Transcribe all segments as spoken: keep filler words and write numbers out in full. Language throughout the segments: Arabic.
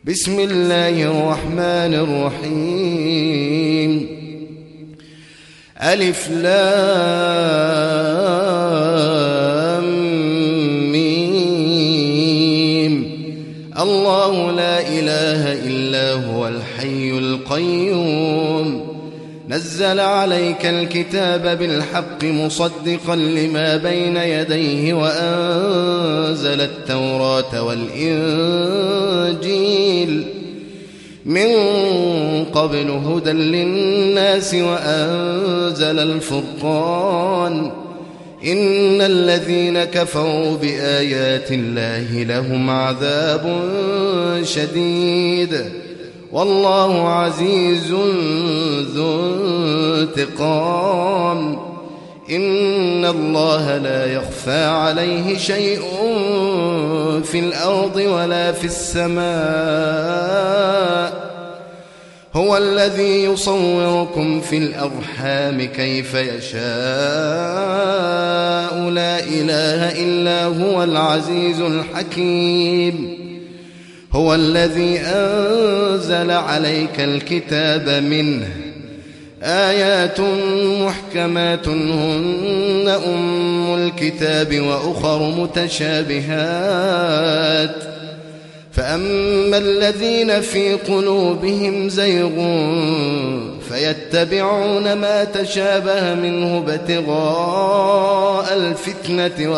بسم الله الرحمن الرحيم. ألف لام ميم. الله لا إله إلا هو الحي القيوم. نزل عليك الكتاب بالحق مصدقا لما بين يديه وأنزل التوراة والإنجيل من قبل هدى للناس وأنزل الفرقان. إن الذين كفروا بآيات الله لهم عذاب شديد والله عزيز ذو انتقام. إن الله لا يخفى عليه شيء في الأرض ولا في السماء. هو الذي يصوركم في الأرحام كيف يشاء. لا إله إلا هو العزيز الحكيم. هو الذي أنزل عليك الكتاب منه آيات محكمات هن أم الكتاب وأخر متشابهات. فأما الذين في قلوبهم زيغ فيتبعون ما تشابه منه ابتغاء الفتنة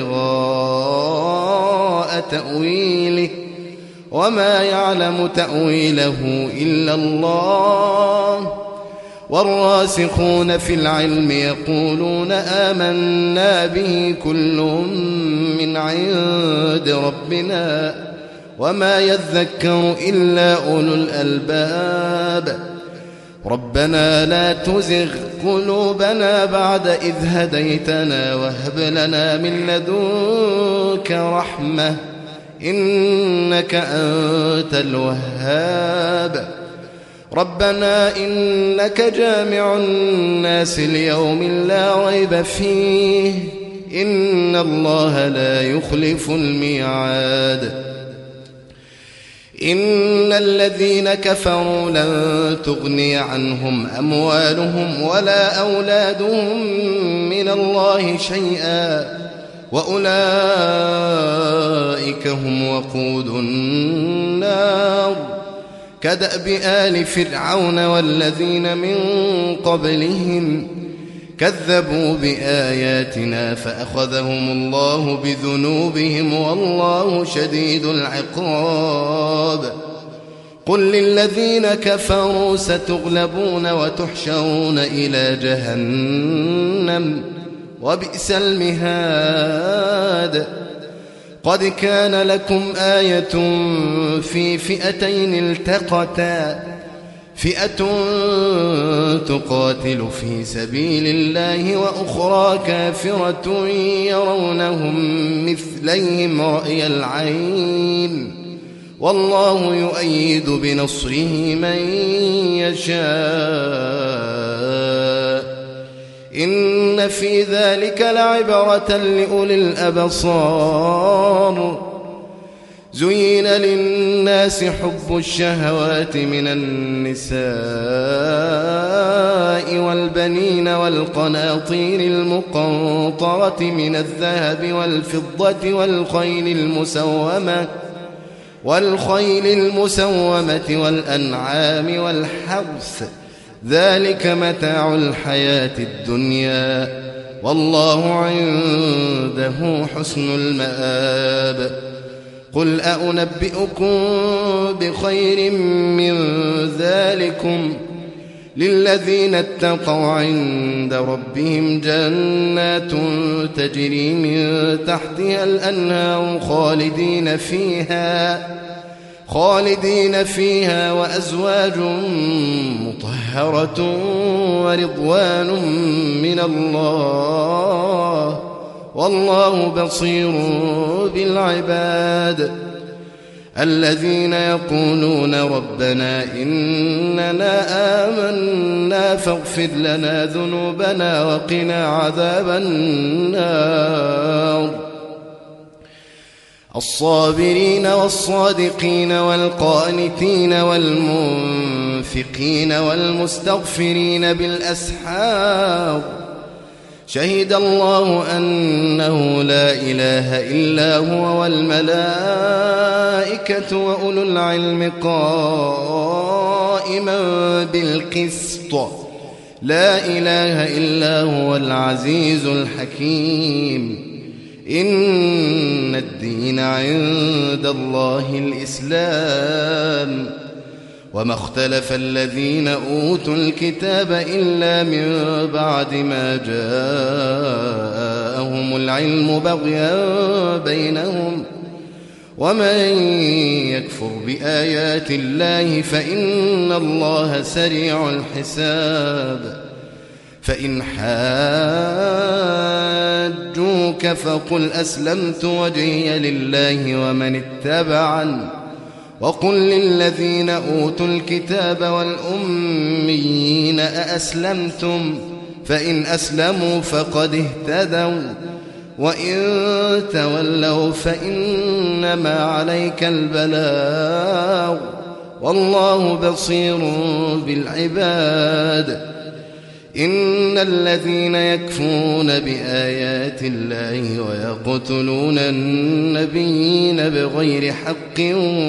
وابتغاء تأويله وما يعلم تأويله إلا الله. والراسخون في العلم يقولون آمنا به كل من عند ربنا وما يذكر إلا أولو الألباب. ربنا لا تزغ قلوبنا بعد إذ هديتنا وهب لنا من لدنك رحمة إنك أنت الوهاب. ربنا إنك جامع الناس ليوم لا ريب فيه إن الله لا يخلف الميعاد. إن الذين كفروا لن تغني عنهم أموالهم ولا أولادهم من الله شيئا وأولئك هم وقود النار. كدأب آل فرعون والذين من قبلهم كذبوا بآياتنا فأخذهم الله بذنوبهم والله شديد العقاب. قل للذين كفروا ستغلبون وتحشرون إلى جهنم وبئس المهاد. قد كان لكم آية في فئتين التقتا فئة تقاتل في سبيل الله وأخرى كافرة يرونهم مثليهم رأي العين والله يؤيد بنصره من يشاء. إن في ذلك لعبرة لأولي الأبصار. زين للناس حب الشهوات من النساء والبنين والقناطير المقنطرة من الذهب والفضة والخيل المسومة والخيل المسومة والأنعام والحرث ذلك متاع الحياة الدنيا والله عنده حسن المآب. قل أنبئكم بخير من ذلكم للذين اتقوا عند ربهم جنات تجري من تحتها الأنهار خالدين فيها خالدين فيها وأزواج مطهرة ورضوان من الله والله بصير بالعباد. الذين يقولون ربنا إننا آمنا فاغفر لنا ذنوبنا وقنا عذاب النار. الصابرين والصادقين والقانتين والمنفقين والمستغفرين بالأسحار شهد الله أنه لا إله إلا هو والملائكة وأولو العلم قائما بالقسط لا إله إلا هو العزيز الحكيم إن الدين عند الله الإسلام وما اختلف الذين أوتوا الكتاب إلا من بعد ما جاءهم العلم بغيا بينهم ومن يكفر بآيات الله فإن الله سريع الحساب فإن حاجوك فقل أسلمت وجهي لله ومن اتبعني وقل للذين أوتوا الكتاب والأميين أأسلمتم فإن أسلموا فقد اهتدوا وإن تولوا فإنما عليك البلاغ والله بصير بالعباد إن الذين يكفرون بآيات الله ويقتلون النبيين بغير حق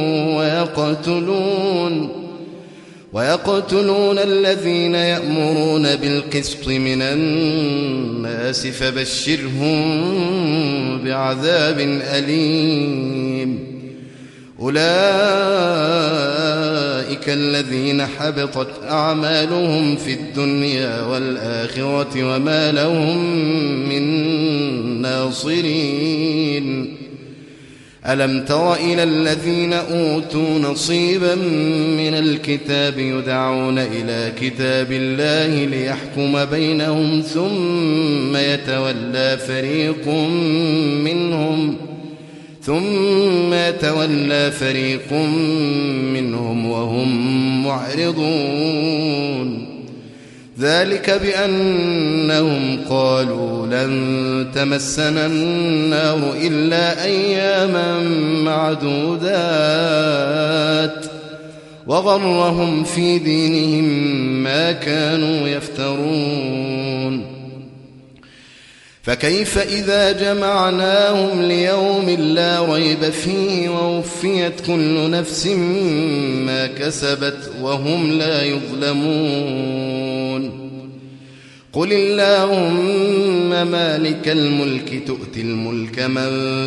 ويقتلون ويقتلون الذين يأمرون بالقسط من الناس فبشرهم بعذاب أليم أولئك الذين حبطت أعمالهم في الدنيا والآخرة وما لهم من ناصرين ألم تر إلى الذين أوتوا نصيبا من الكتاب يدعون إلى كتاب الله ليحكم بينهم ثم يتولى فريق منهم ثم يتولى فريق منهم وهم معرضون ذلك بأنهم قالوا لن تمسنا النار إلا أياما معدودات وغرهم في دينهم ما كانوا يفترون فكيف إذا جمعناهم ليوم لا ريب فيه ووفيت كل نفس ما كسبت وهم لا يظلمون قل اللهم مالك الملك تؤتي الملك من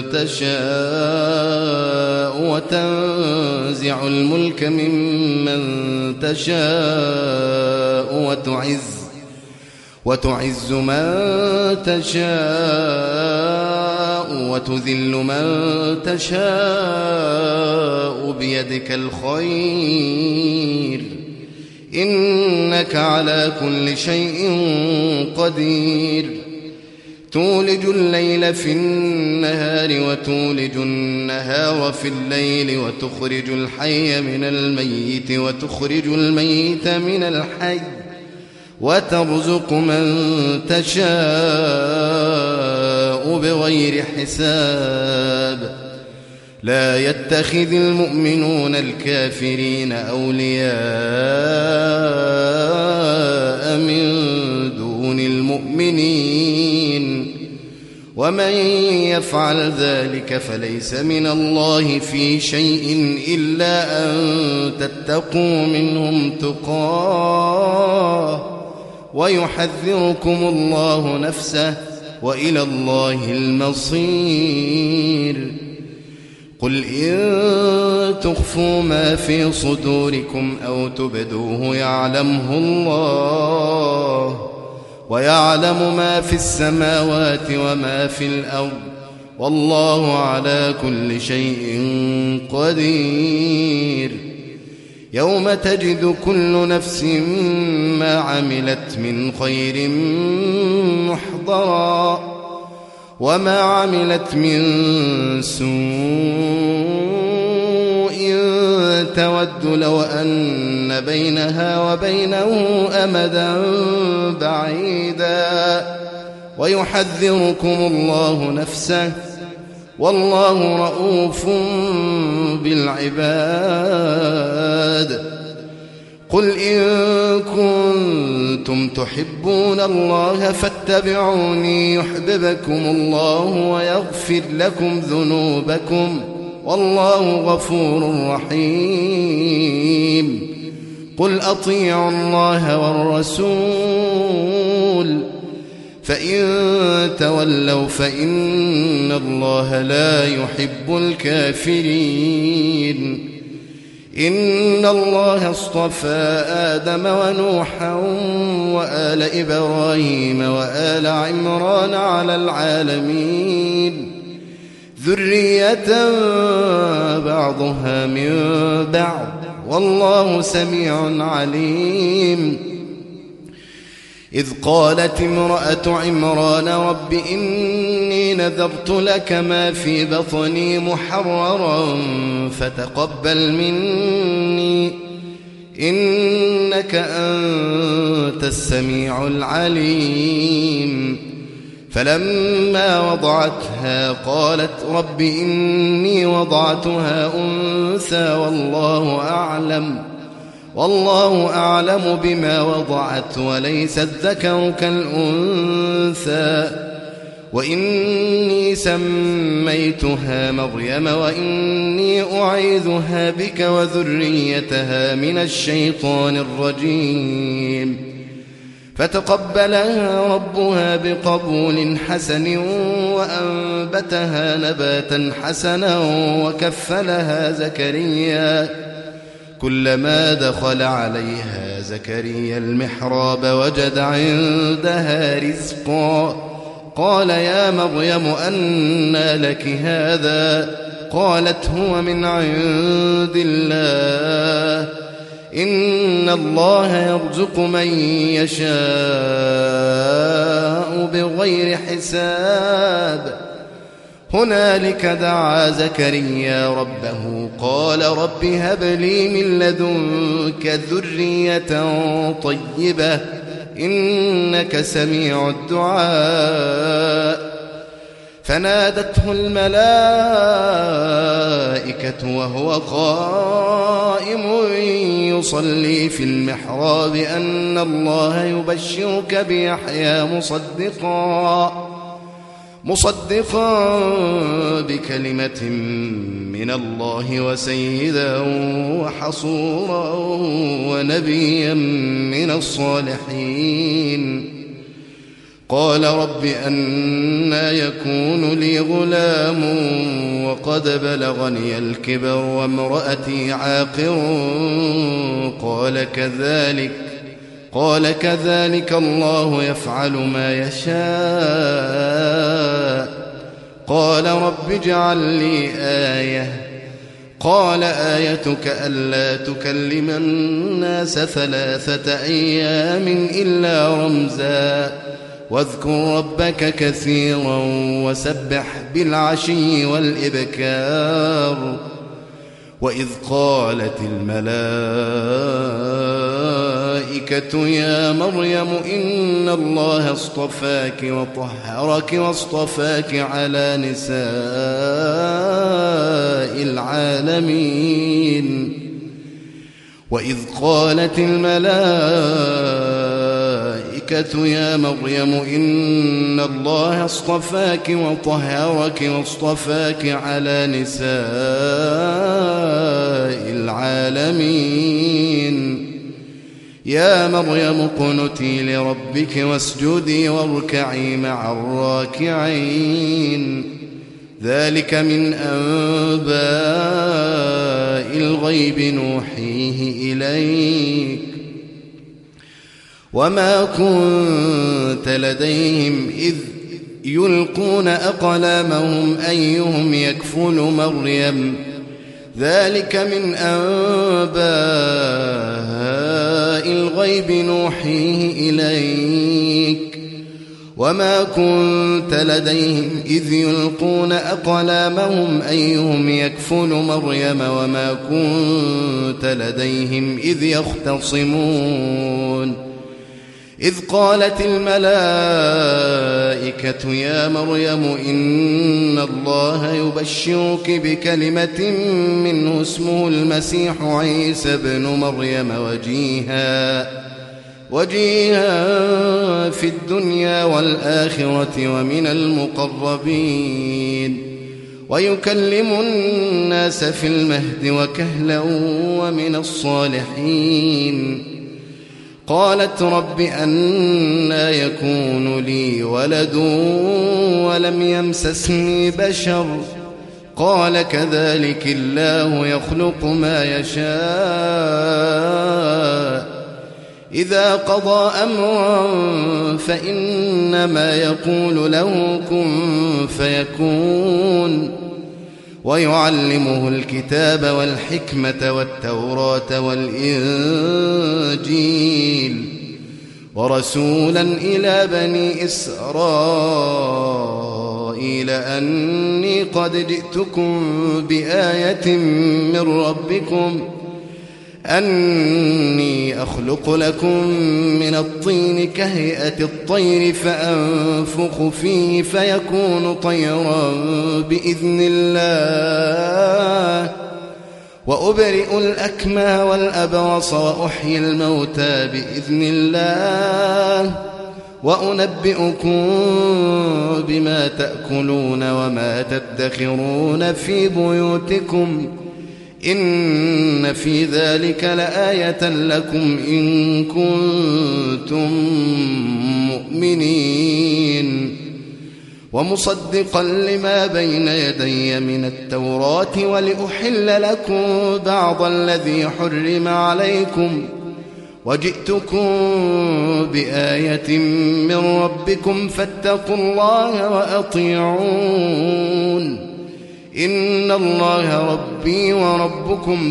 تشاء وتنزع الملك ممن تشاء وتعز وتعز من تشاء وتذل من تشاء بيدك الخير إنك على كل شيء قدير تولج الليل في النهار وتولج النهار في الليل وتخرج الحي من الميت وتخرج الميت من الحي وترزق من تشاء بغير حساب لا يتخذ المؤمنون الكافرين أولياء من دون المؤمنين ومن يفعل ذلك فليس من الله في شيء إلا أن تتقوا منهم تقاه ويحذركم الله نفسه وإلى الله المصير قل إن تخفوا ما في صدوركم أو تبدوه يعلمه الله ويعلم ما في السماوات وما في الأرض والله على كل شيء قدير يوم تجد كل نفس ما عملت من خير محضرا وما عملت من سوء تود لو أن بينها وبينه أمدا بعيدا ويحذركم الله نفسه والله رؤوف بالعباد. قل إن كنتم تحبون الله فاتبعوني يحببكم الله ويغفر لكم ذنوبكم والله غفور رحيم. قل أطيعوا الله والرسول فإن تولوا فإن الله لا يحب الكافرين. إن الله اصطفى آدم ونوحا وآل إبراهيم وآل عمران على العالمين ذرية بعضها من بعض والله سميع عليم. إذ قالت امرأة عمران رب إني نذرت لك ما في بطني محررا فتقبل مني إنك أنت السميع العليم. فلما وضعتها قالت رب إني وضعتها أنثى والله أعلم والله أعلم بما وضعت وليس الذكر كالأنثى وإني سميتها مريم وإني أعيذها بك وذريتها من الشيطان الرجيم. فتقبلها ربها بقبول حسن وأنبتها نباتا حسنا وكفلها زكريا كلما دخل عليها زكريا المحراب وجد عندها رزقا قال يا مريم أنى لك هذا قالت هو من عند الله إن الله يرزق من يشاء بغير حساب. هنالك دعا زكريا ربه قال رب هب لي من لدنك ذرية طيبة إنك سميع الدعاء. فنادته الملائكة وهو قائم يصلي في المحراب أن الله يبشرك بيحيى مصدقا مصدقا بكلمة من الله وسيدا وحصورا ونبيا من الصالحين. قال رب أنى يكون لي غلام وقد بلغني الكبر وامرأتي عاقر قال كذلك قال كذلك الله يفعل ما يشاء. قال رب اجعل لي آية قال آيتك ألا تكلم الناس ثلاثة أيام إلا رمزا واذكر ربك كثيرا وسبح بالعشي والإبكار. وإذ قالت الملائكة يا مريم إن الله اصطفاك وطهرك واصطفاك على نساء العالمين. وإذ قالت الملائكة يا مريم إن الله اصطفاك وطهرك واصطفاك على نساء العالمين. يا مريم اقنتي لربك واسجدي واركعي مع الراكعين. ذلك من أنباء الغيب نوحيه إليك وما كنت لديهم إذ يلقون أقلامهم أيهم يكفل مريم. ذلك من أنباء الغيب نوحيه إليك وما كنت لديهم إذ يلقون أقلامهم أيهم يكفل مريم وما كنت لديهم إذ يختصمون. إذ قالت الملائكة يا مريم إن الله يبشرك بكلمة منه اسمه المسيح عيسى ابن مريم وجيها وجيها في الدنيا والآخرة ومن المقربين ويكلم الناس في المهد وكهلا ومن الصالحين. قالت رب أنى يكون لي ولد ولم يمسسني بشر قال كذلك الله يخلق ما يشاء إذا قضى أمرا فإنما يقول له كن فيكون. ويعلمه الكتاب والحكمة والتوراة والإنجيل ورسولا إلى بني إسرائيل أني قد جئتكم بآية من ربكم أني أخلق لكم من الطين كهيئة الطير فأنفخ فيه فيكون طيرا بإذن الله وأبرئ الأكمى والأبرص وأحيي الموتى بإذن الله وأنبئكم بما تأكلون وما تدخرون في بيوتكم إن في ذلك لآية لكم إن كنتم مؤمنين. ومصدقا لما بين يدي من التوراة ولأحل لكم بعض الذي حرم عليكم وجئتكم بآية من ربكم فاتقوا الله وأطيعون إن الله ربي وربكم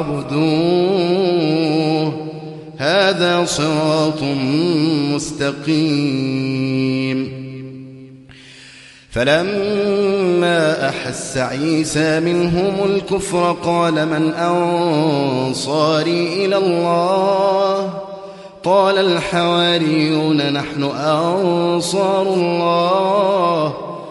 فاعبدوه هذا صراط مستقيم. فلما أحس عيسى منهم الكفر قال من أنصاري إلى الله قال الحواريون نحن أنصار الله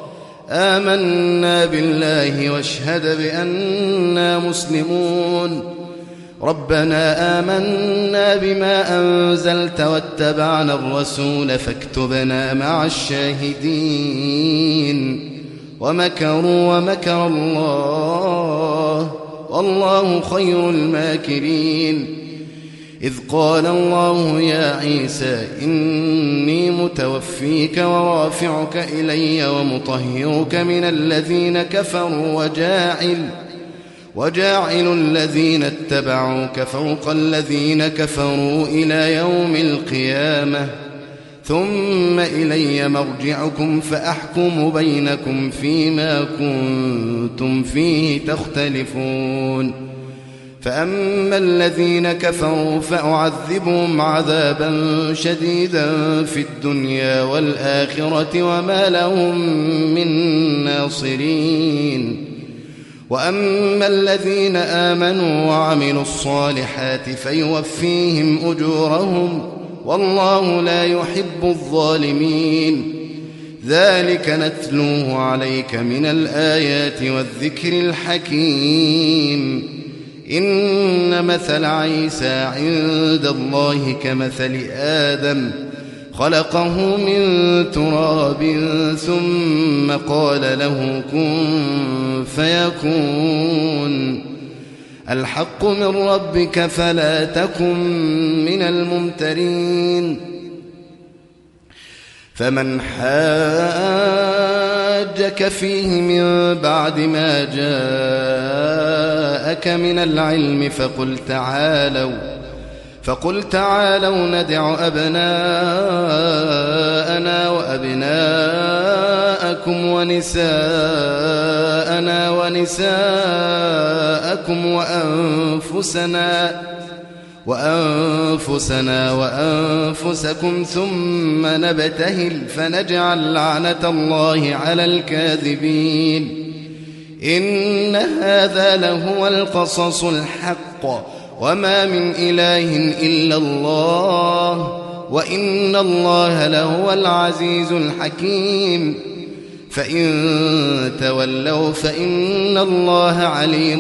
آمنا بالله واشهد بأننا مسلمون ربنا آمنا بما أنزلت واتبعنا الرسول فاكتبنا مع الشاهدين ومكروا ومكر الله والله خير الماكرين. إذ قال الله يا عيسى إني متوفيك ورافعك إلي ومطهرك من الذين كفروا وجاعل وجاعل الذين اتبعوك فوق الذين كفروا إلى يوم القيامة ثم إلي مرجعكم فأحكم بينكم فيما كنتم فيه تختلفون. فأما الذين كفروا فأعذبهم عذابا شديدا في الدنيا والآخرة وما لهم من ناصرين. وأما الذين آمنوا وعملوا الصالحات فيوفيهم أجورهم والله لا يحب الظالمين. ذلك نتلوه عليك من الآيات والذكر الحكيم. إن مثل عيسى عند الله كمثل آدم خلقه من تراب ثم قال له كن فيكون. الحق من ربك فلا تكن من الممترين. فمن حاجك فيه من بعد ما جاءك من العلم فقل تعالوا فقل تعالوا ندع أبناءنا وأبناءكم ونساءنا ونساءكم وأنفسنا وأنفسنا وأنفسكم ثم نبتهل فنجعل لعنة الله على الكاذبين. إن هذا لهو القصص الحق وما من إله إلا الله وإن الله لهو العزيز الحكيم فإن تولوا فإن الله عليم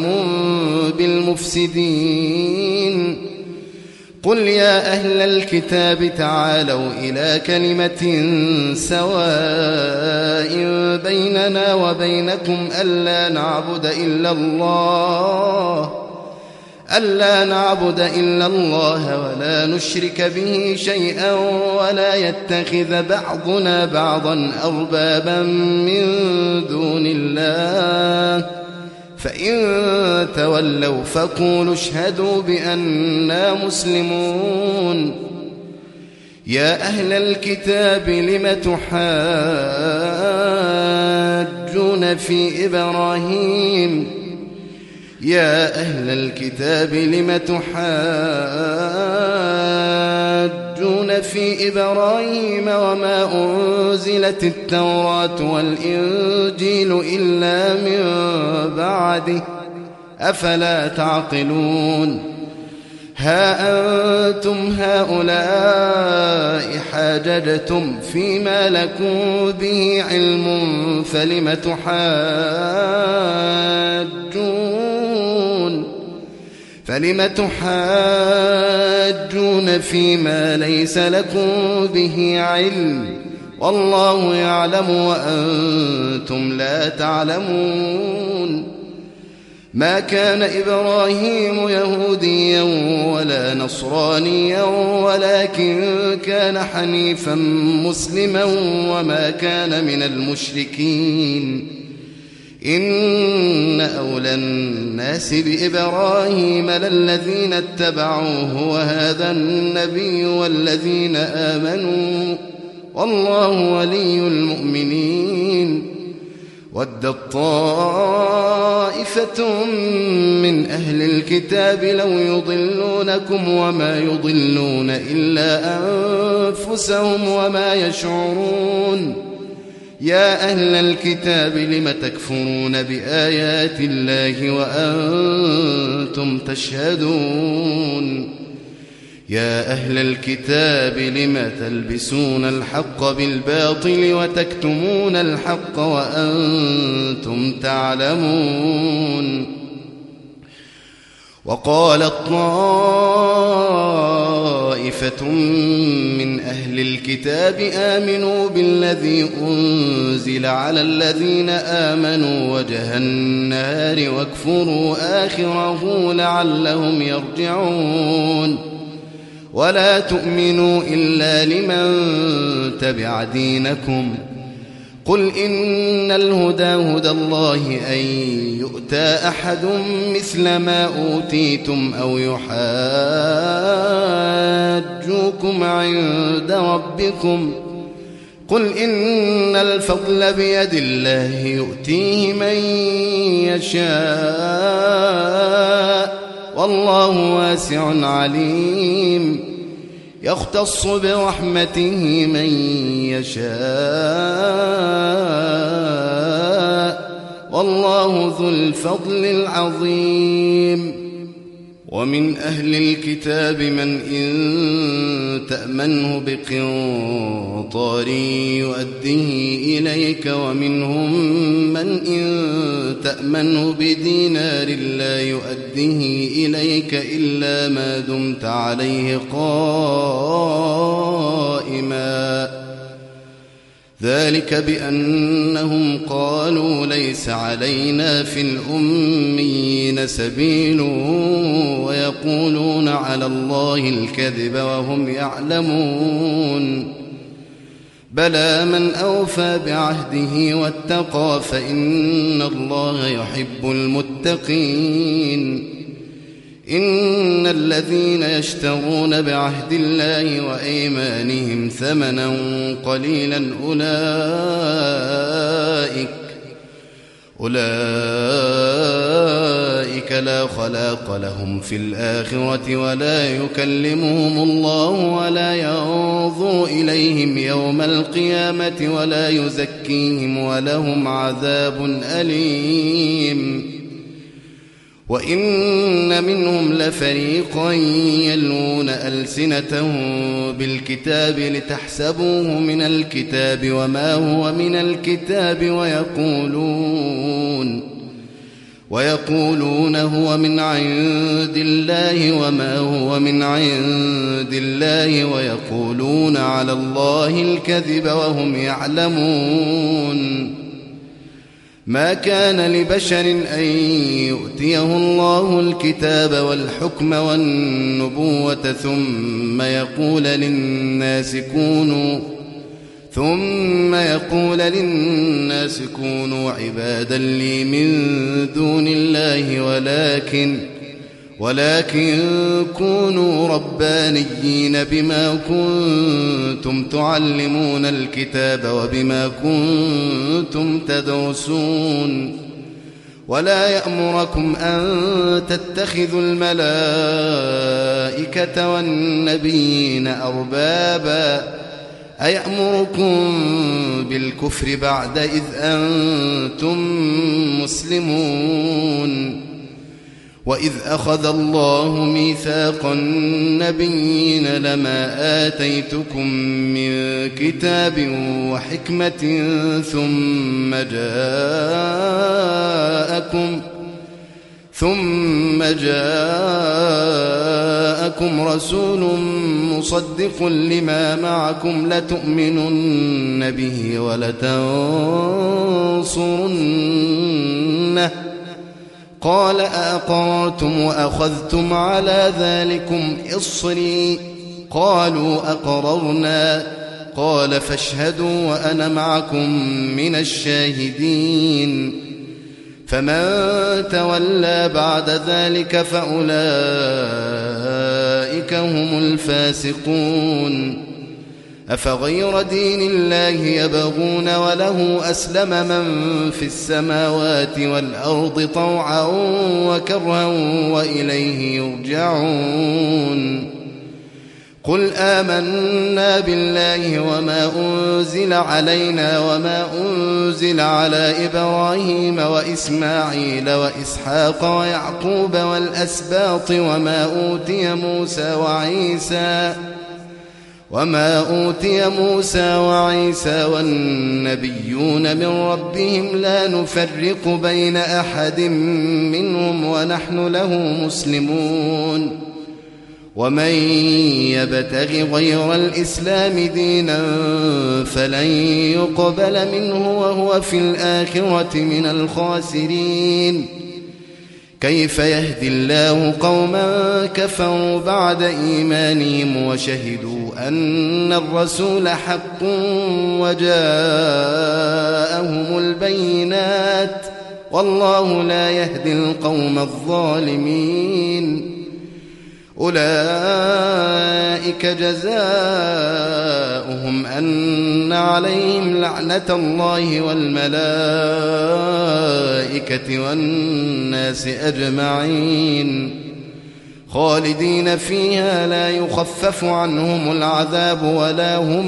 بالمفسدين قل يا أهل الكتاب تعالوا إلى كلمة سواء بيننا وبينكم ألا نعبد إلا الله ألا نعبد إلا الله ولا نشرك به شيئا ولا يتخذ بعضنا بعضا أربابا من دون الله فإن تولوا فقولوا اشهدوا بأننا مسلمون يا أهل الكتاب لم تحاجون في إبراهيم يا أهل الكتاب لم تحاجون في إبراهيم وما أنزلت التوراة والإنجيل إلا من بعده أفلا تعقلون ها أنتم هؤلاء حاججتم فيما لكم به علم فلم تحاجون فلم تحاجون فيما ليس لكم به علم والله يعلم وأنتم لا تعلمون ما كان إبراهيم يهوديا ولا نصرانيا ولكن كان حنيفا مسلما وما كان من المشركين إن أولى الناس بإبراهيم للذين اتبعوه وهذا النبي والذين آمنوا والله ولي المؤمنين ودت طائفة من أهل الكتاب لو يضلونكم وما يضلون إلا أنفسهم وما يشعرون يا أهل الكتاب لم تكفرون بآيات الله وأنتم تشهدون يا أهل الكتاب لم تلبسون الحق بالباطل وتكتمون الحق وأنتم تعلمون وقالت طائفة من أهل الكتاب آمنوا بالذي أنزل على الذين آمنوا وجه النهار واكفروا آخره لعلهم يرجعون ولا تؤمنوا إلا لمن تبع دينكم قل إن الهدى هدى الله أن يؤتى أحد مثل ما أوتيتم أو يحاجوكم عند ربكم قل إن الفضل بيد الله يؤتيه من يشاء والله واسع عليم يختص برحمته من يشاء والله ذو الفضل العظيم ومن أهل الكتاب من إن تأمنه بقنطار يؤديه إليك ومنهم من إن تأمنه بدينار لا يؤديه إليك إلا ما دمت عليه قائما ذلك بأنهم قالوا ليس علينا في الأميين سبيل ويقولون على الله الكذب وهم يعلمون بلى من أوفى بعهده واتقى فإن الله يحب المتقين إن الذين يشترون بعهد الله وأيمانهم ثمنا قليلا أولئك أولئك لا خلاق لهم في الآخرة ولا يكلمهم الله ولا ينظر إليهم يوم القيامة ولا يزكيهم ولهم عذاب أليم وإن منهم لفريقا يلوون ألسنتهم بالكتاب لتحسبوه من الكتاب وما هو من الكتاب ويقولون ويقولون هو من عند الله وما هو من عند الله ويقولون على الله الكذب وهم يعلمون. ما كان لبشر أن يؤتيه الله الكتاب والحكم والنبوة ثم يقول للناس كونوا ثم يقول للناس كونوا عبادا لي من دون الله ولكن ولكن كونوا ربانيين بما كنتم تعلمون الكتاب وبما كنتم تدرسون. ولا يأمركم أن تتخذوا الملائكة والنبيين أربابا أيأمركم بالكفر بعد إذ أنتم مسلمون. وإذ أخذ الله ميثاق النبيين لما آتيتكم من كتاب وحكمة ثم جاءكم ثم جاءكم رسول مصدق لما معكم لتؤمنن به ولتنصرنه قال أأقررتم وأخذتم على ذلكم إصري قالوا أقررنا قال فاشهدوا وأنا معكم من الشاهدين. فمن تولى بعد ذلك فأولئك هم الفاسقون. أفغير دين الله يبغون وله أسلم من في السماوات والأرض طوعا وكرها وإليه يرجعون. قل آمنا بالله وما أنزل علينا وما أنزل على إبراهيم وإسماعيل وإسحاق ويعقوب والأسباط وما أوتي موسى وعيسى وما أوتي موسى وعيسى والنبيون من ربهم لا نفرق بين أحد منهم ونحن له مسلمون. ومن يبتغ غير الإسلام دينا فلن يقبل منه وهو في الآخرة من الخاسرين. كيف يهدي الله قوما كفروا بعد إيمانهم وشهدوا أن الرسول حق وجاءهم البينات والله لا يهدي القوم الظالمين. أولئك جزاؤهم أن عليهم لعنة الله والملائكة والناس أجمعين خالدين فيها لا يخفف عنهم العذاب ولا هم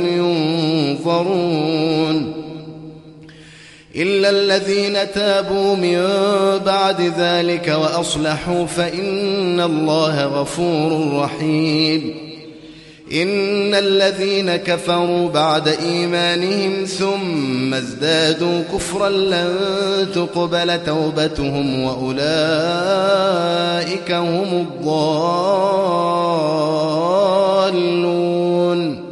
ينظرون إلا الذين تابوا من بعد ذلك وأصلحوا فإن الله غفور رحيم. إن الذين كفروا بعد إيمانهم ثم ازدادوا كفرا لن تقبل توبتهم وأولئك هم الضالون.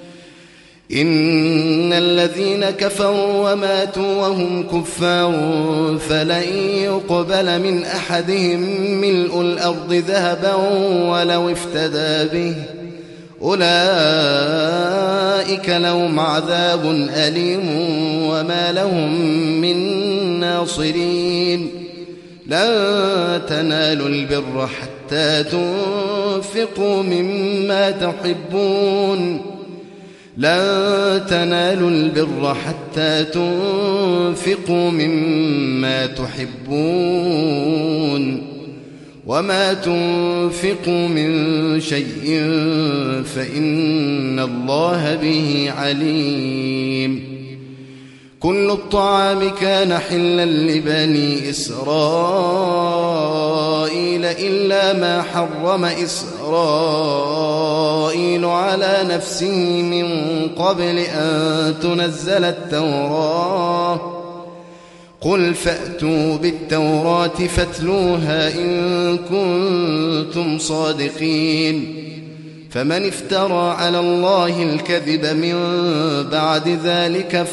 إن الذين كفروا وماتوا وهم كفار فلن يقبل من أحدهم ملء الأرض ذهبا ولو افتدى به أولئك لهم عذاب أليم وما لهم من ناصرين. لن تنالوا البر حتى تنفقوا مما تحبون لن تنالوا البر حتى تنفقوا مما تحبون وما تنفقوا من شيء فإن الله به عليم. كل الطعام كان حلا لبني إسرائيل إلا ما حرم إسرائيل على نفسه من قبل أن تنزل التوراة قل فأتوا بالتوراة فاتلوها إن كنتم صادقين فمن افترى على الله الكذب من بعد ذلك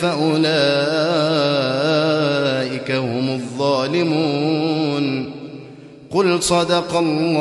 فأولئك هم الظالمون قل صدق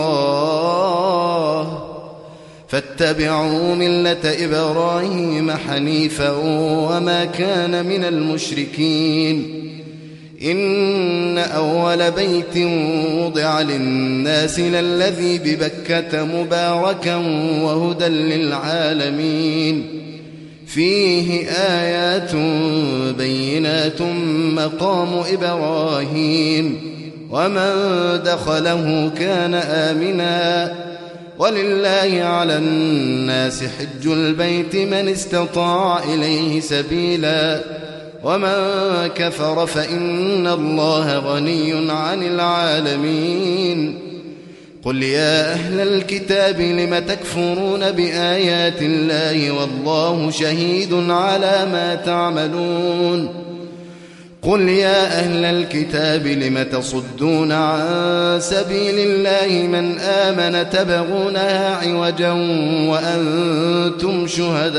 الله فاتبعوا ملة إبراهيم حنيفا وما كان من المشركين إن أول بيت وضع للناس للذي ببكة مباركا وهدى للعالمين فيه آيات بينات مقام إبراهيم ومن دخله كان آمنا ولله على الناس حج البيت من استطاع إليه سبيلا ومن كفر فإن الله غني عن العالمين قل يا أهل الكتاب لم تكفرون بآيات الله والله شهيد على ما تعملون قل يا أهل الكتاب لم تصدون عن سبيل الله من آمن تبغونها عوجا وأنتم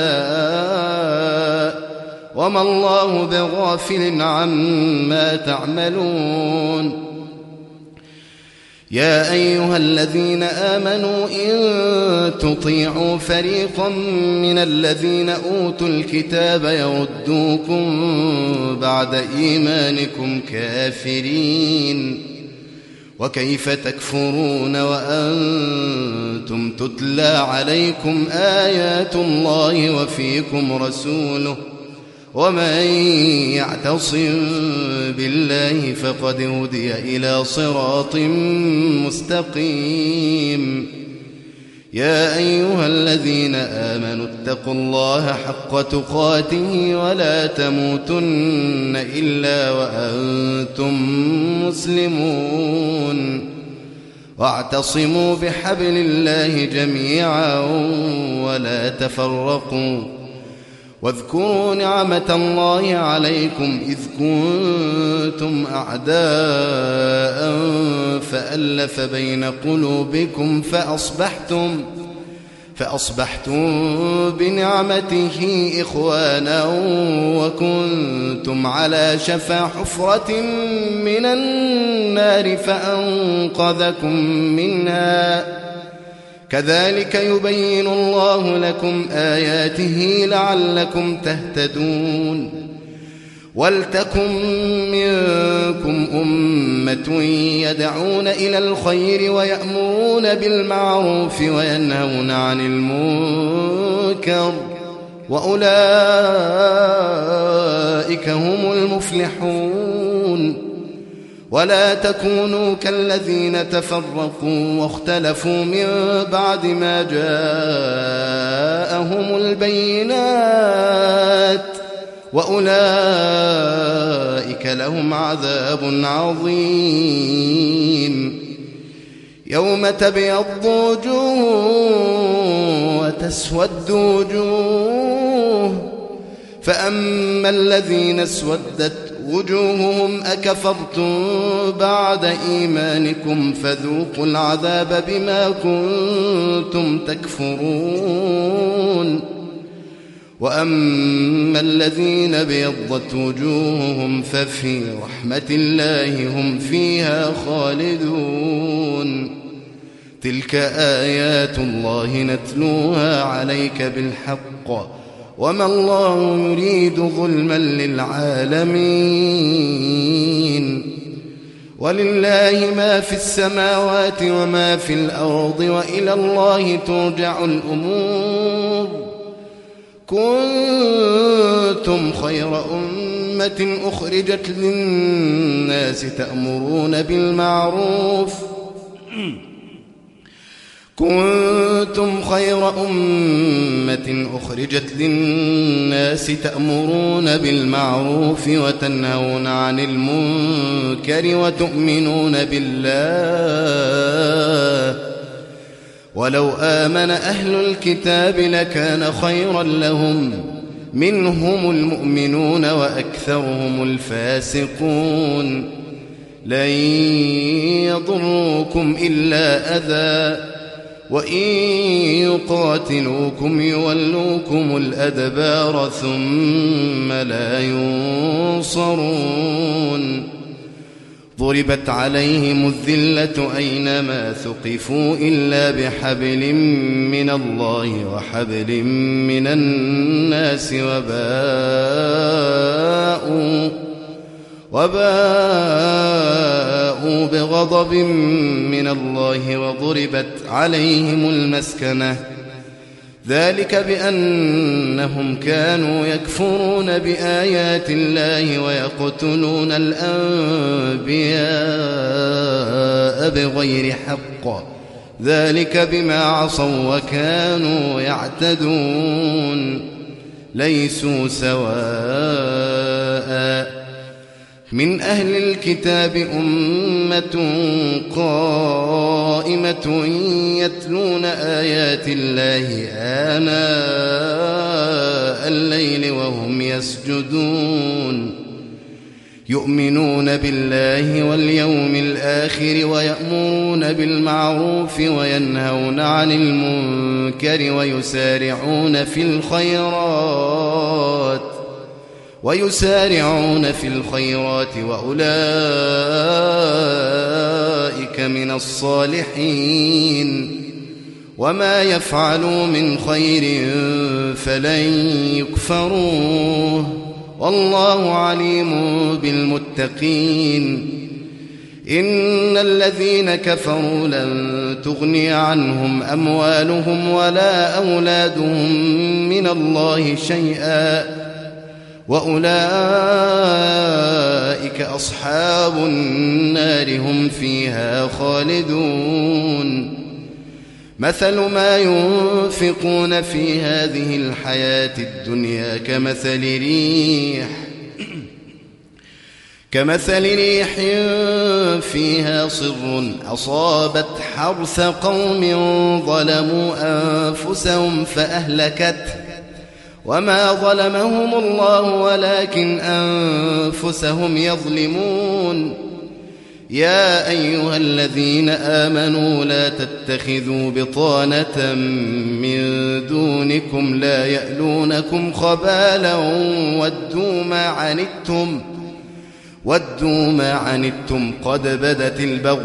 شهداء وما الله بغافل عما تعملون يا أيها الذين آمنوا إن تطيعوا فريقا من الذين أوتوا الكتاب يردوكم بعد إيمانكم كافرين وكيف تكفرون وأنتم تتلى عليكم آيات الله وفيكم رسوله ومن يعتصم بالله فقد هدي إلى صراط مستقيم يا أيها الذين آمنوا اتقوا الله حق تقاته ولا تموتن إلا وأنتم مسلمون واعتصموا بحبل الله جميعا ولا تفرقوا واذكروا نعمة الله عليكم إذ كنتم أعداء فألف بين قلوبكم فأصبحتم فأصبحتم بنعمته إخوانا وكنتم على شفا حفرة من النار فأنقذكم منها كذلك يبين الله لكم آياته لعلكم تهتدون ولتكن منكم أمة يدعون إلى الخير ويأمرون بالمعروف وينهون عن المنكر وأولئك هم المفلحون ولا تكونوا كالذين تفرقوا واختلفوا من بعد ما جاءهم البينات وأولئك لهم عذاب عظيم يوم تبيض وجوه وتسود وجوه فأما الذين اسودت وجوههم أكفرتم بعد إيمانكم فذوقوا العذاب بما كنتم تكفرون وأما الذين ابيضت وجوههم ففي رحمة الله هم فيها خالدون تلك آيات الله نتلوها عليك بالحق وما الله يريد ظلما للعالمين ولله ما في السماوات وما في الأرض وإلى الله ترجع الأمور كنتم خير أمة أخرجت للناس تأمرون بالمعروف كنتم كنتم خير أمة أخرجت للناس تأمرون بالمعروف وتنهون عن المنكر وتؤمنون بالله ولو آمن أهل الكتاب لكان خيرا لهم منهم المؤمنون وأكثرهم الفاسقون لن يضروكم إلا أذى وإن يقاتلوكم يولوكم الأدبار ثم لا ينصرون ضربت عليهم الذلة أينما ثقفوا إلا بحبل من الله وحبل من الناس وباءوا وباءوا بغضب من الله وضربت عليهم المسكنة ذلك بأنهم كانوا يكفرون بآيات الله ويقتلون الأنبياء بغير حق ذلك بما عصوا وكانوا يعتدون ليسوا سواء من أهل الكتاب أمة قائمة يتلون آيات الله آناء الليل وهم يسجدون يؤمنون بالله واليوم الآخر ويأمرون بالمعروف وينهون عن المنكر ويسارعون في الخيرات ويسارعون في الخيرات وأولئك من الصالحين وما يفعلوا من خير فلن يكفروه والله عليم بالمتقين إن الذين كفروا لن تغني عنهم أموالهم ولا أولادهم من الله شيئا وأولئك أصحاب النار هم فيها خالدون مثل ما ينفقون في هذه الحياة الدنيا كمثل ريح كمثل ريح فيها صر أصابت حرث قوم ظلموا أنفسهم فأهلكته وما ظلمهم الله ولكن أنفسهم يظلمون يا أيها الذين آمنوا لا تتخذوا بطانة من دونكم لا يألونكم خبالا ودوا ما عنتم ودوا ما عنتم قد بدت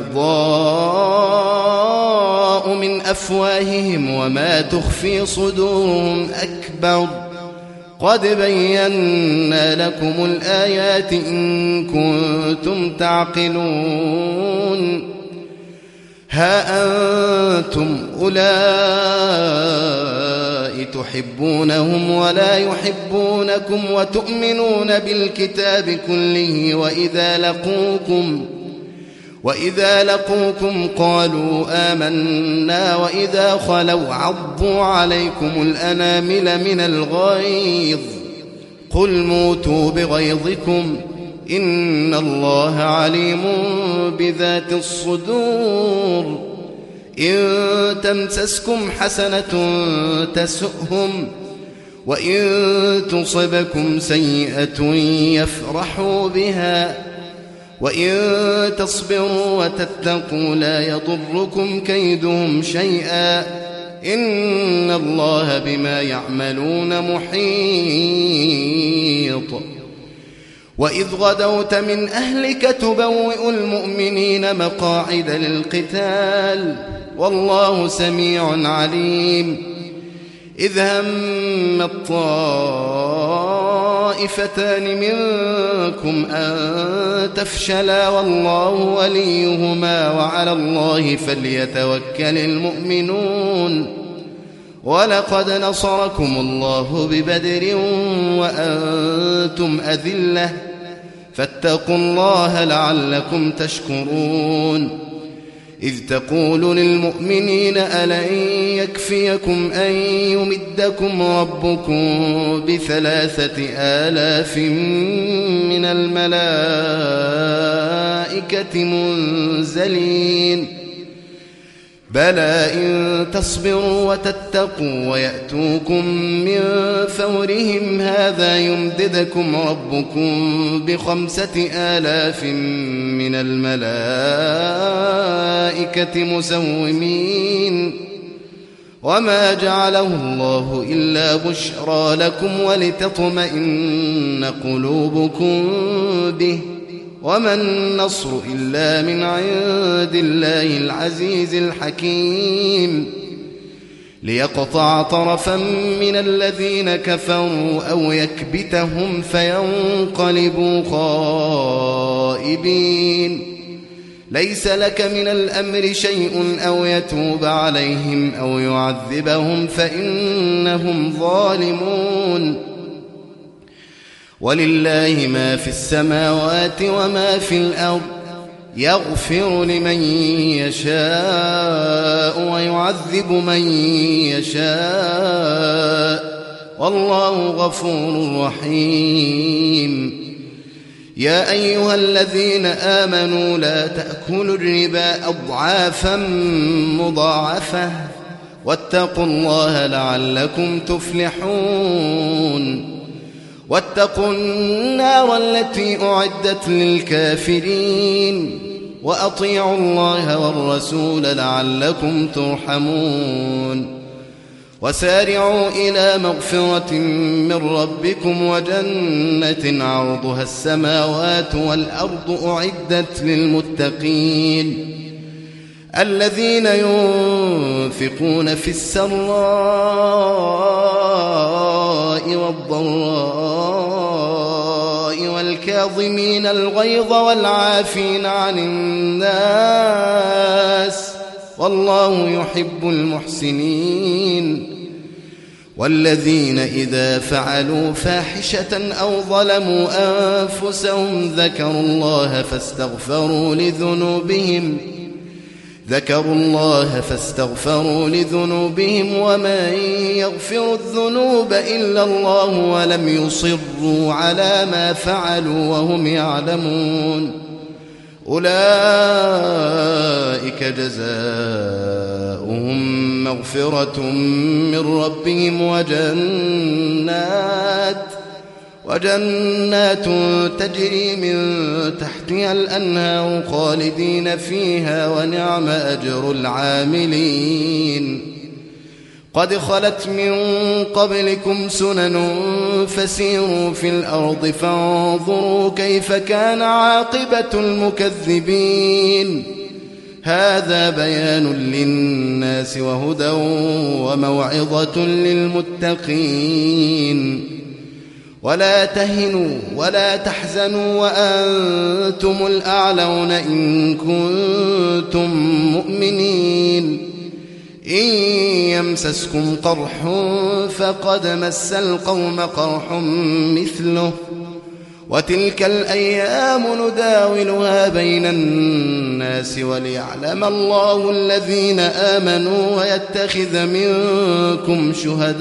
البغضاء من أفواههم وما تخفي صدورهم أكبر قد بينا لكم الآيات إن كنتم تعقلون ها أنتم أولئك تحبونهم ولا يحبونكم وتؤمنون بالكتاب كله وإذا لقوكم وإذا لقوكم قالوا آمنا وإذا خلوا عضوا عليكم الأنامل من الغيظ قل موتوا بغيظكم إن الله عليم بذات الصدور إن تمسسكم حسنة تسؤهم وإن تصبكم سيئة يفرحوا بها وإن تصبروا وتتقوا لا يضركم كيدهم شيئا إن الله بما يعملون محيط وإذ غدوت من أهلك تبوئ المؤمنين مقاعد للقتال والله سميع عليم إذ هم الطائفتان منكم أن تفشلا والله وليهما وعلى الله فليتوكل المؤمنون ولقد نصركم الله ببدر وأنتم أذلة فاتقوا الله لعلكم تشكرون إذ تقول للمؤمنين ألن يكفيكم أن يمدكم ربكم بثلاثة آلاف من الملائكة منزلين بلى إن تصبروا وتتقوا ويأتوكم من فورهم هذا يمددكم ربكم بخمسة آلاف من الملائكة مسومين وما جعله الله إلا بشرى لكم ولتطمئن قلوبكم به وما النصر إلا من عند الله العزيز الحكيم ليقطع طرفا من الذين كفروا أو يكبتهم فينقلبوا خائبين ليس لك من الأمر شيء أو يتوب عليهم أو يعذبهم فإنهم ظالمون ولله ما في السماوات وما في الأرض يغفر لمن يشاء ويعذب من يشاء والله غفور رحيم يا أيها الذين آمنوا لا تأكلوا الربا أضعافا مضاعفة واتقوا الله لعلكم تفلحون واتقوا النار التي أعدت للكافرين وأطيعوا الله والرسول لعلكم ترحمون وسارعوا إلى مغفرة من ربكم وجنة عرضها السماوات والأرض أعدت للمتقين الذين ينفقون في السراء والضراء والكاظمين الغيظ والعافين عن الناس والله يحب المحسنين والذين إذا فعلوا فاحشة أو ظلموا أنفسهم ذكروا الله فاستغفروا لذنوبهم ذكروا الله فاستغفروا لذنوبهم ومن يغفر الذنوب إلا الله ولم يصروا على ما فعلوا وهم يعلمون أولئك جزاؤهم مغفرة من ربهم وجنات وجنات تجري من تحتها الأنهار خالدين فيها ونعم أجر العاملين قد خلت من قبلكم سنن فسيروا في الأرض فانظروا كيف كان عاقبة المكذبين هذا بيان للناس وهدى وموعظة للمتقين ولا تهنوا ولا تحزنوا وأنتم الأعلون إن كنتم مؤمنين إن يمسسكم قرح فقد مس القوم قرح مثله وتلك الأيام نداولها بين الناس وليعلم الله الذين آمنوا ويتخذ منكم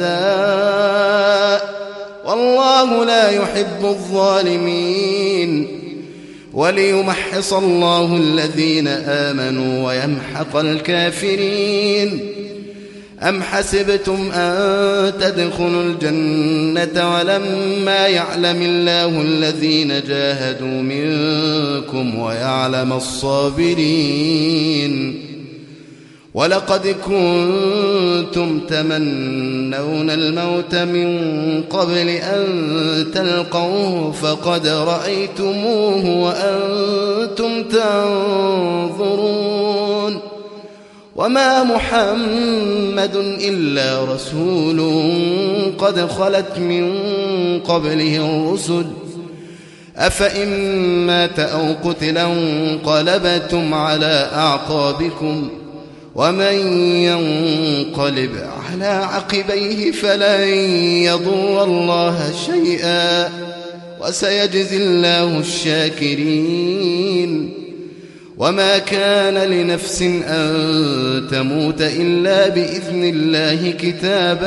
شهداء والله لا يحب الظالمين وليمحص الله الذين آمنوا ويمحق الكافرين أم حسبتم أن تدخلوا الجنة ولما يعلم الله الذين جاهدوا منكم ويعلم الصابرين ولقد كنتم تمنون الموت من قبل أن تلقوه فقد رأيتموه وأنتم تنظرون وما محمد إلا رسول قد خلت من قبله الرسل أفإن مات أو قتل انقلبتم على أعقابكم ومن ينقلب على عقبيه فلن يضر الله شيئا وسيجزي الله الشاكرين وما كان لنفس أن تموت إلا بإذن الله كتابا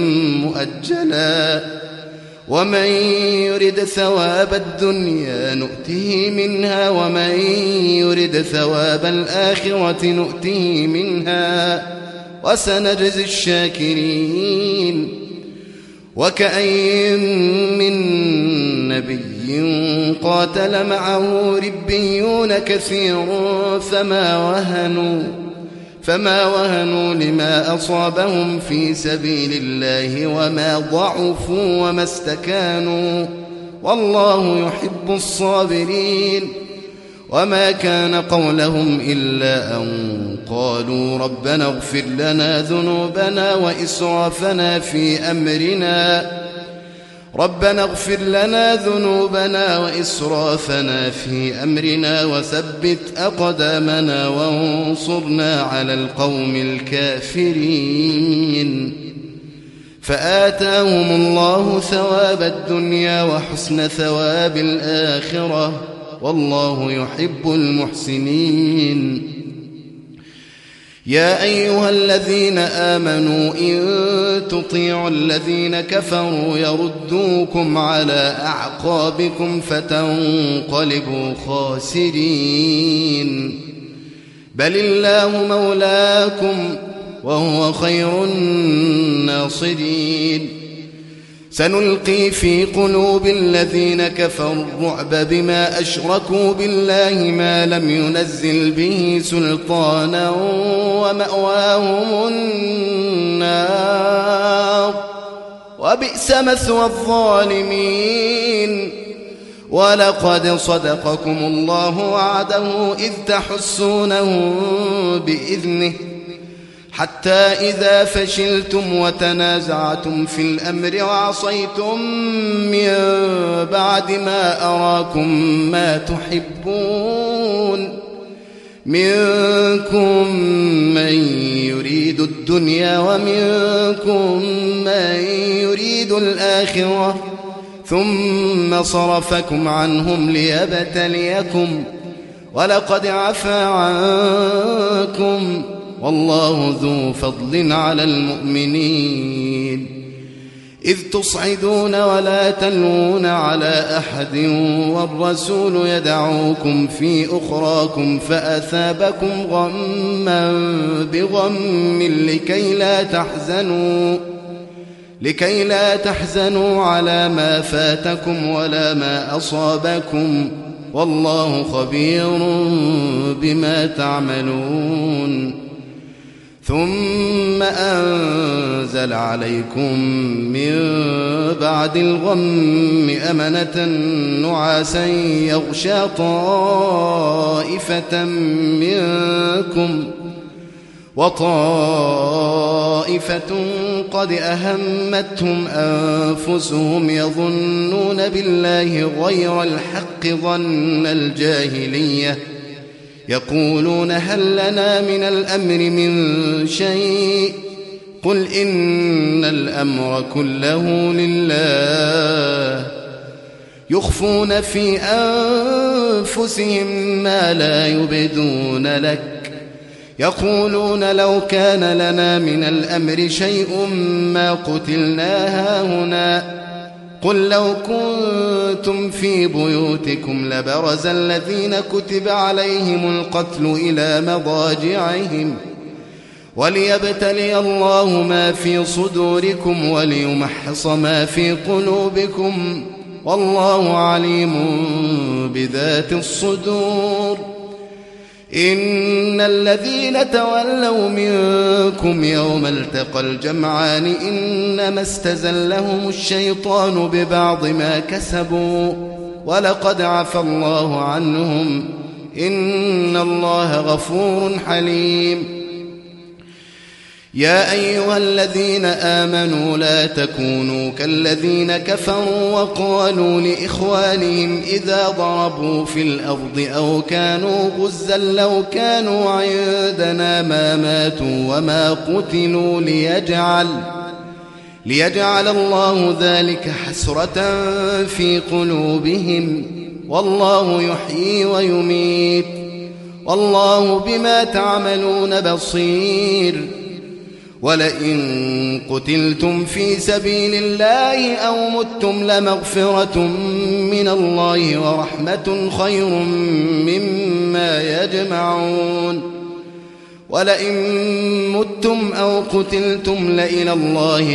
مؤجلا ومن يرد ثواب الدنيا نؤته منها ومن يرد ثواب الآخرة نؤته منها وسنجزي الشاكرين وكأين من نبي قاتل معه ربيون كثير فما وهنوا فما وهنوا لما أصابهم في سبيل الله وما ضعفوا وما استكانوا والله يحب الصابرين وما كان قولهم إلا أن قالوا ربنا اغفر لنا ذنوبنا وإسرافنا في أمرنا ربنا اغفر لنا ذنوبنا وإسرافنا في أمرنا وثبت أقدامنا وانصرنا على القوم الكافرين فآتاهم الله ثواب الدنيا وحسن ثواب الآخرة والله يحب المحسنين يا أيها الذين آمنوا إن تطيعوا الذين كفروا يردوكم على أعقابكم فتنقلبوا خاسرين بل الله مولاكم وهو خير الناصرين سنلقي في قلوب الذين كفروا الرعب بما أشركوا بالله ما لم ينزل به سلطانا ومأواهم النار وبئس مثوى الظالمين ولقد صدقكم الله وعده إذ تحسونهم بإذنه حتى إذا فشلتم وتنازعتم في الأمر وعصيتم من بعد ما أراكم ما تحبون منكم من يريد الدنيا ومنكم من يريد الآخرة ثم صرفكم عنهم ليبتليكم ولقد عفا عنكم والله ذو فضل على المؤمنين إذ تصعدون ولا تلوون على أحد والرسول يدعوكم في أخراكم فأثابكم غما بغم لكي لا تحزنوا لكي لا تحزنوا على ما فاتكم ولا ما أصابكم والله خبير بما تعملون ثم أنزل عليكم من بعد الغم أمنة نعاسا يغشى طائفة منكم وطائفة قد أهمتهم أنفسهم يظنون بالله غير الحق ظن الجاهلية يقولون هل لنا من الأمر من شيء قل إن الأمر كله لله يخفون في أنفسهم ما لا يبدون لك يقولون لو كان لنا من الأمر شيء ما قتلنا هاهنا قل لو كنتم في بيوتكم لبرز الذين كتب عليهم القتل إلى مضاجعهم وليبتلي الله ما في صدوركم وليمحص ما في قلوبكم والله عليم بذات الصدور إن الذين تولوا منكم يوم التقى الجمعان إنما استزلهم الشيطان ببعض ما كسبوا ولقد عفى الله عنهم إن الله غفور حليم يا أيها الذين آمنوا لا تكونوا كالذين كفروا وقالوا لإخوانهم إذا ضربوا في الأرض أو كانوا غزا لو كانوا عندنا ما ماتوا وما قتلوا ليجعل ليجعل الله ذلك حسرة في قلوبهم والله يحيي ويميت والله بما تعملون بصير ولئن قتلتم في سبيل الله أو متم لمغفرة من الله ورحمة خير مما يجمعون ولئن متم أو قتلتم لإلى الله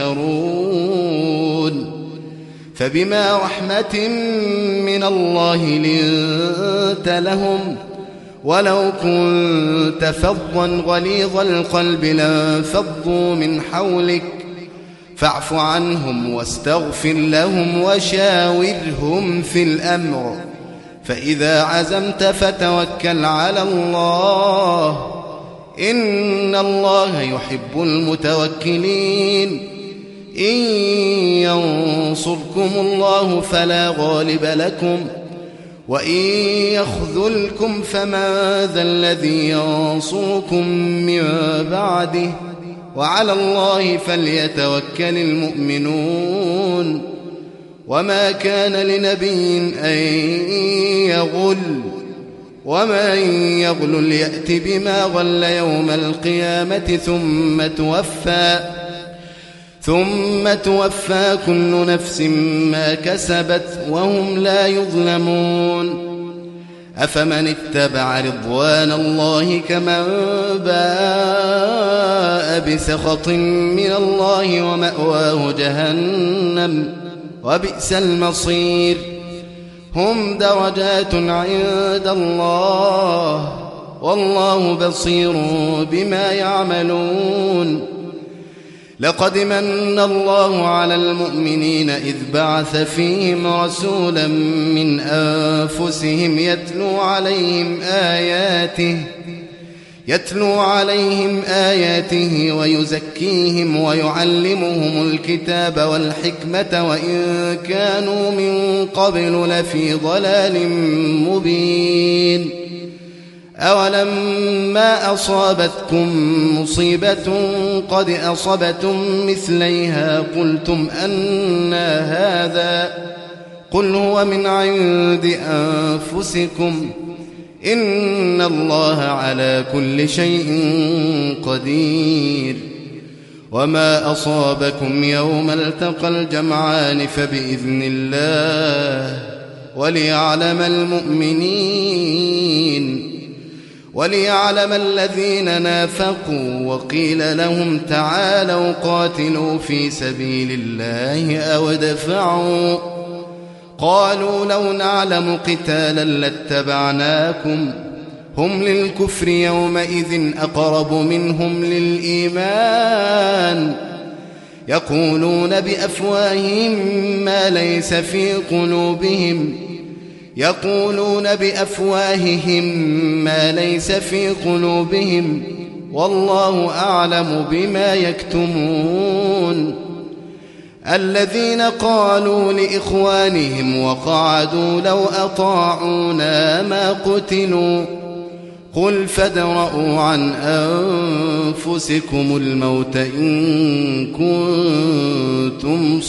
تحشرون فبما رحمة من الله لنت لهم ولو كنت فظا غليظ القلب لانفضوا من حولك فاعف عنهم واستغفر لهم وشاورهم في الأمر فإذا عزمت فتوكل على الله إن الله يحب المتوكلين إن ينصركم الله فلا غالب لكم وإن يخذلكم فمن ذا الذي ينصركم من بعده وعلى الله فليتوكل المؤمنون وما كان لنبي أن يغل ومن يغل يأت بما غل يوم القيامة ثم توفى ثم توفى كل نفس ما كسبت وهم لا يظلمون أفمن اتبع رضوان الله كمن باء بسخط من الله ومأواه جهنم وبئس المصير هم درجات عند الله والله بصير بما يعملون لقد من الله على المؤمنين إذ بعث فيهم رسولا من أنفسهم يتلو عليهم آياته يتلو عليهم آياته ويزكيهم ويعلمهم الكتاب والحكمة وإن كانوا من قبل لفي ضلال مبين أولما أصابتكم مصيبة قد أصبتم مثليها قلتم أنى هذا قل هو من عند أنفسكم إن الله على كل شيء قدير وما أصابكم يوم التقى الجمعان فبإذن الله وليعلم المؤمنين وليعلم الذين نافقوا وقيل لهم تعالوا قاتلوا في سبيل الله أو ادفعوا قالوا لو نعلم قتالا لاتبعناكم هم للكفر يومئذ أقرب منهم للإيمان يقولون بأفواههم ما ليس في قلوبهم يقولون بأفواههم ما ليس في قلوبهم والله أعلم بما يكتمون الذين قالوا لإخوانهم وقعدوا لو أطاعونا ما قتلوا قل فادرءوا عن أنفسكم الموت إن كنتم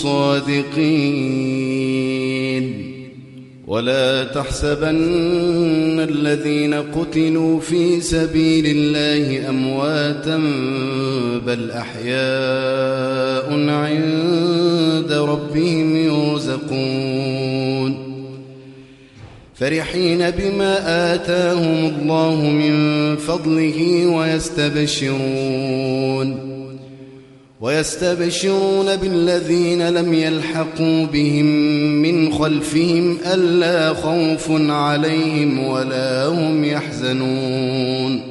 صادقين ولا تحسبن الذين قتلوا في سبيل الله أمواتا بل أحياء عند ربهم يرزقون فرحين بما آتاهم الله من فضله ويستبشرون ويستبشرون بالذين لم يلحقوا بهم من خلفهم ألا خوف عليهم ولا هم يحزنون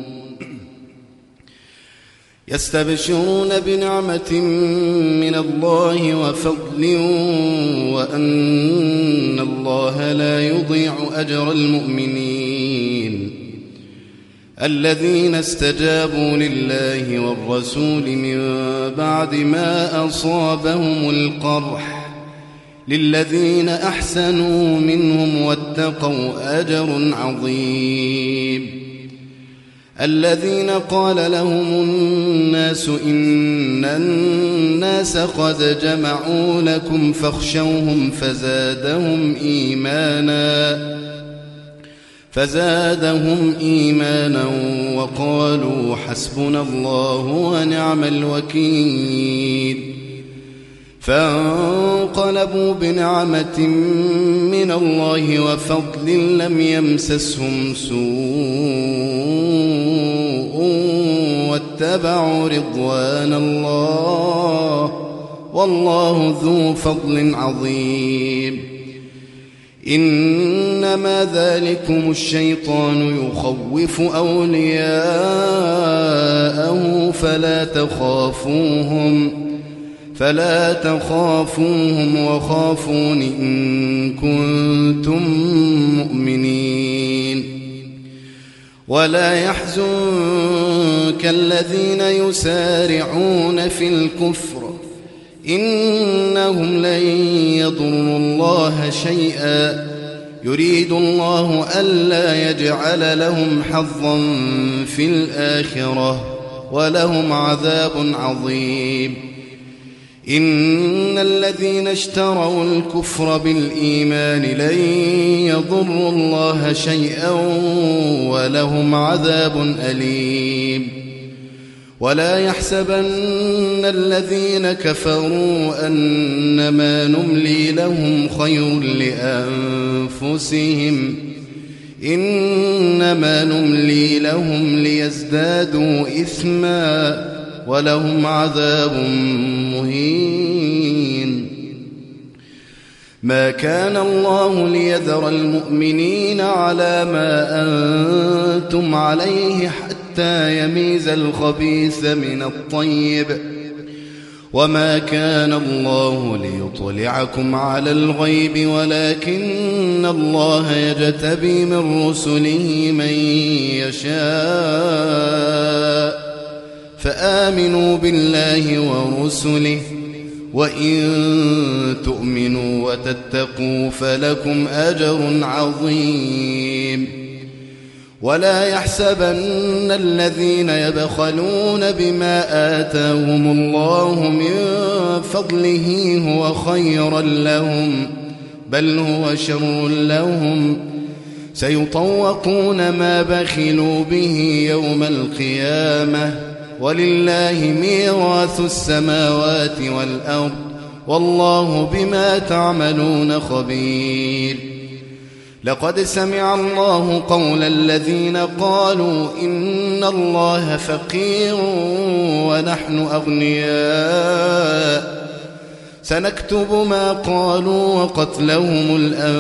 يستبشرون بنعمة من الله وفضل وأن الله لا يضيع أجر المؤمنين الذين استجابوا لله والرسول من بعد ما أصابهم القرح للذين أحسنوا منهم واتقوا أجر عظيم الذين قال لهم الناس إن الناس قد جمعوا لكم فاخشوهم فزادهم إيمانا فزادهم إيمانا وقالوا حسبنا الله ونعم الوكيل فانقلبوا بنعمة من الله وفضل لم يمسسهم سوء واتبعوا رضوان الله والله ذو فضل عظيم إنما ذلكم الشيطان يخوف أولياءه فلا تخافوهم فلا تخافوهم وخافون إن كنتم مؤمنين ولا يحزنك الذين يسارعون في الكفر إنهم لن يضروا الله شيئا يريد الله ألا يجعل لهم حظا في الآخرة ولهم عذاب عظيم إن الذين اشتروا الكفر بالإيمان لن يضروا الله شيئا ولهم عذاب أليم ولا يحسبن الذين كفروا أنما نملي لهم خير لأنفسهم إنما نملي لهم ليزدادوا إثما ولهم عذاب مهين ما كان الله ليذر المؤمنين على ما أنتم عليه حتى يميز الخبيث من الطيب وما كان الله ليطلعكم على الغيب ولكن الله يجتبي من رسله من يشاء فآمنوا بالله ورسله وإن تؤمنوا وتتقوا فلكم أجر عظيم ولا يحسبن الذين يبخلون بما آتاهم الله من فضله هو خيرا لهم بل هو شر لهم سيطوقون ما بخلوا به يوم القيامة ولله ميراث السماوات والأرض والله بما تعملون خبير لقد سمع الله قول الذين قالوا إن الله فقير ونحن أغنياء سنكتب ما قالوا وقتلهم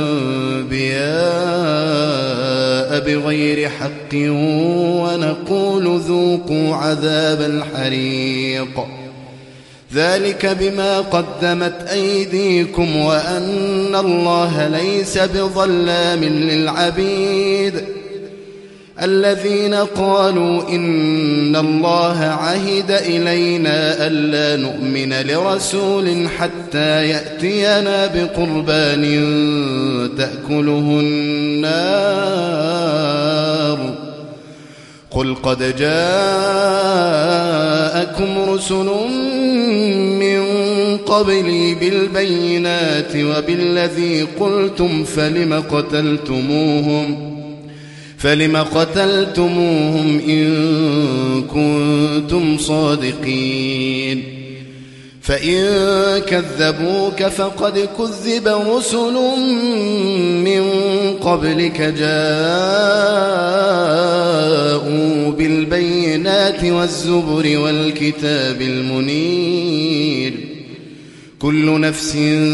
الأنبياء بغير حق ونقول ذوقوا عذاب الحريق ذلك بما قدمت أيديكم وأن الله ليس بظلام للعبيد الذين قالوا إن الله عهد إلينا ألا نؤمن لرسول حتى يأتينا بقربان تأكله النار قل قد جاءكم رسل من قبلي بالبينات وبالذي قلتم فلم قتلتموهم فلم قتلتموهم إن كنتم صادقين فإن كذبوك فقد كذب رسل من قبلك جاءوا بالبينات والزبر والكتاب المنير كل نفس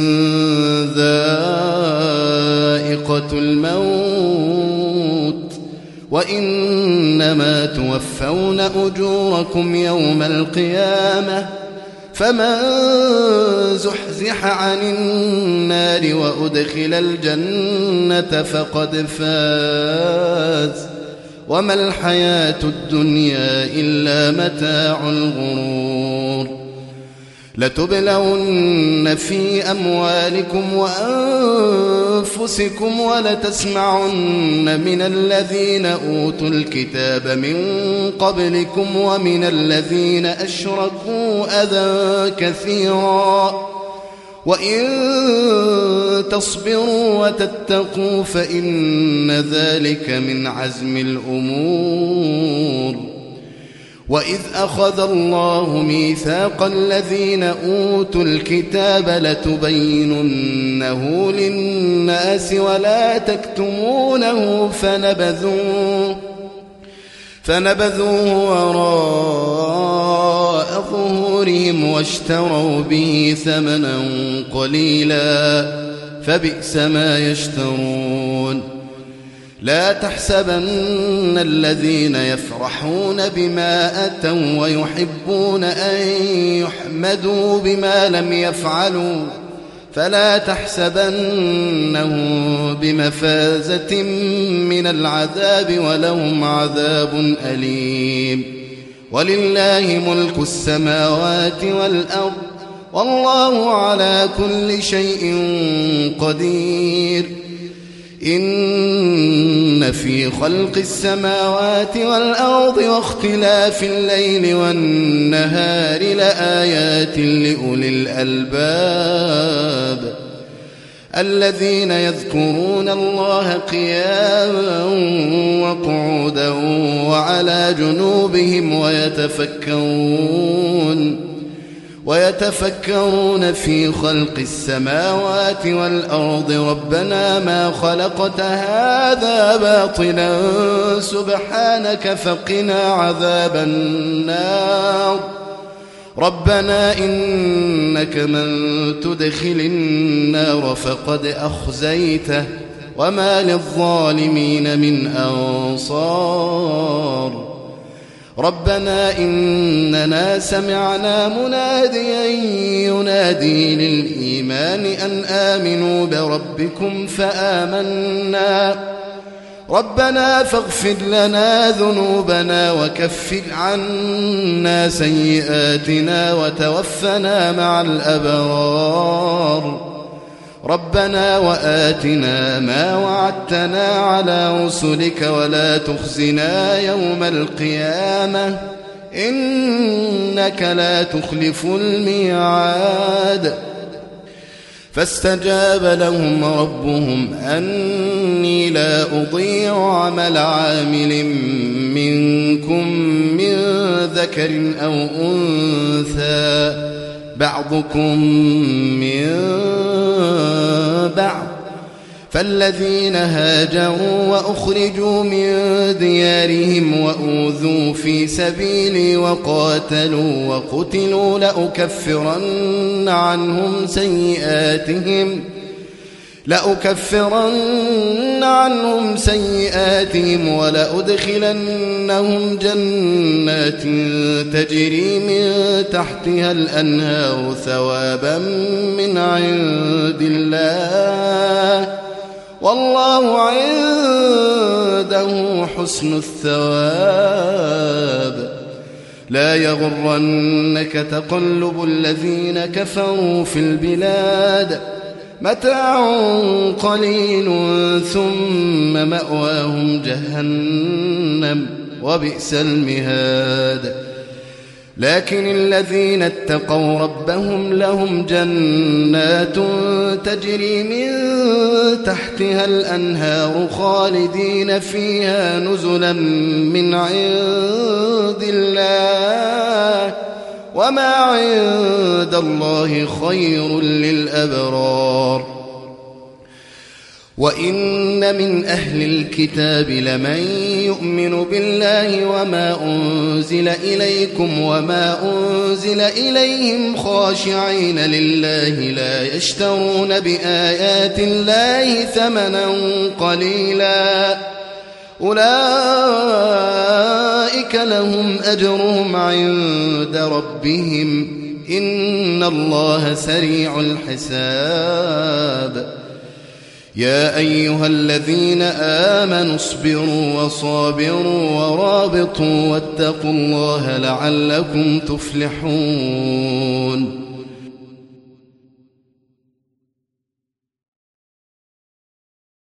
ذائقة الموت وإنما توفون أجوركم يوم القيامة فمن زحزح عن النار وأدخل الجنة فقد فاز وما الحياة الدنيا إلا متاع الغرور لتبلون في أموالكم وأنفسكم ولتسمعن من الذين أوتوا الكتاب من قبلكم ومن الذين أشركوا أذى كثيرا وإن تصبروا وتتقوا فإن ذلك من عزم الأمور. وإذ أخذ الله ميثاق الذين أوتوا الكتاب لتبيننه للناس ولا تكتمونه فنبذوه فنبذوه وراء ظهورهم واشتروا به ثمنا قليلا فبئس ما يشترون. لا تحسبن الذين يفرحون بما أتوا ويحبون أن يحمدوا بما لم يفعلوا فلا تحسبنهم بمفازة من العذاب ولهم عذاب أليم. ولله ملك السماوات والأرض والله على كل شيء قدير. إن في خلق السماوات والأرض واختلاف الليل والنهار لآيات لأولي الألباب الذين يذكرون الله قياما وقعودا وعلى جنوبهم ويتفكرون ويتفكرون في خلق السماوات والأرض ربنا ما خلقت هذا باطلا سبحانك فقنا عذاب النار. ربنا إنك من تدخل النار فقد أخزيته وما للظالمين من أنصار. ربنا إننا سمعنا مناديا ينادي للإيمان أن آمنوا بربكم فآمنا ربنا فاغفر لنا ذنوبنا وكفر عنا سيئاتنا وتوفنا مع الأبرار. ربنا وآتنا ما وعدتنا على رسلك ولا تخزنا يوم القيامة إنك لا تخلف الميعاد. فاستجاب لهم ربهم أني لا أضيع عمل عامل منكم من ذكر أو أنثى بعضكم من بعض فالذين هاجروا وأخرجوا من ديارهم وأوذوا في سبيلي وقاتلوا وقتلوا لأكفرن عنهم سيئاتهم لأكفرن عنهم سيئاتهم ولأدخلنهم جنات تجري من تحتها الأنهار ثوابا من عند الله والله عنده حسن الثواب. لا يغرنك تقلب الذين كفروا في البلاد متاع قليل ثم مأواهم جهنم وبئس المهاد. لكن الذين اتقوا ربهم لهم جنات تجري من تحتها الأنهار خالدين فيها نزلا من عند الله وما عند الله خير للأبرار. وإن من أهل الكتاب لمن يؤمن بالله وما أنزل إليكم وما أنزل إليهم خاشعين لله لا يشترون بآيات الله ثمنا قليلا أولئك لهم أجرهم عند ربهم إن الله سريع الحساب. يا أيها الذين آمنوا اصبروا وصابروا ورابطوا واتقوا الله لعلكم تفلحون.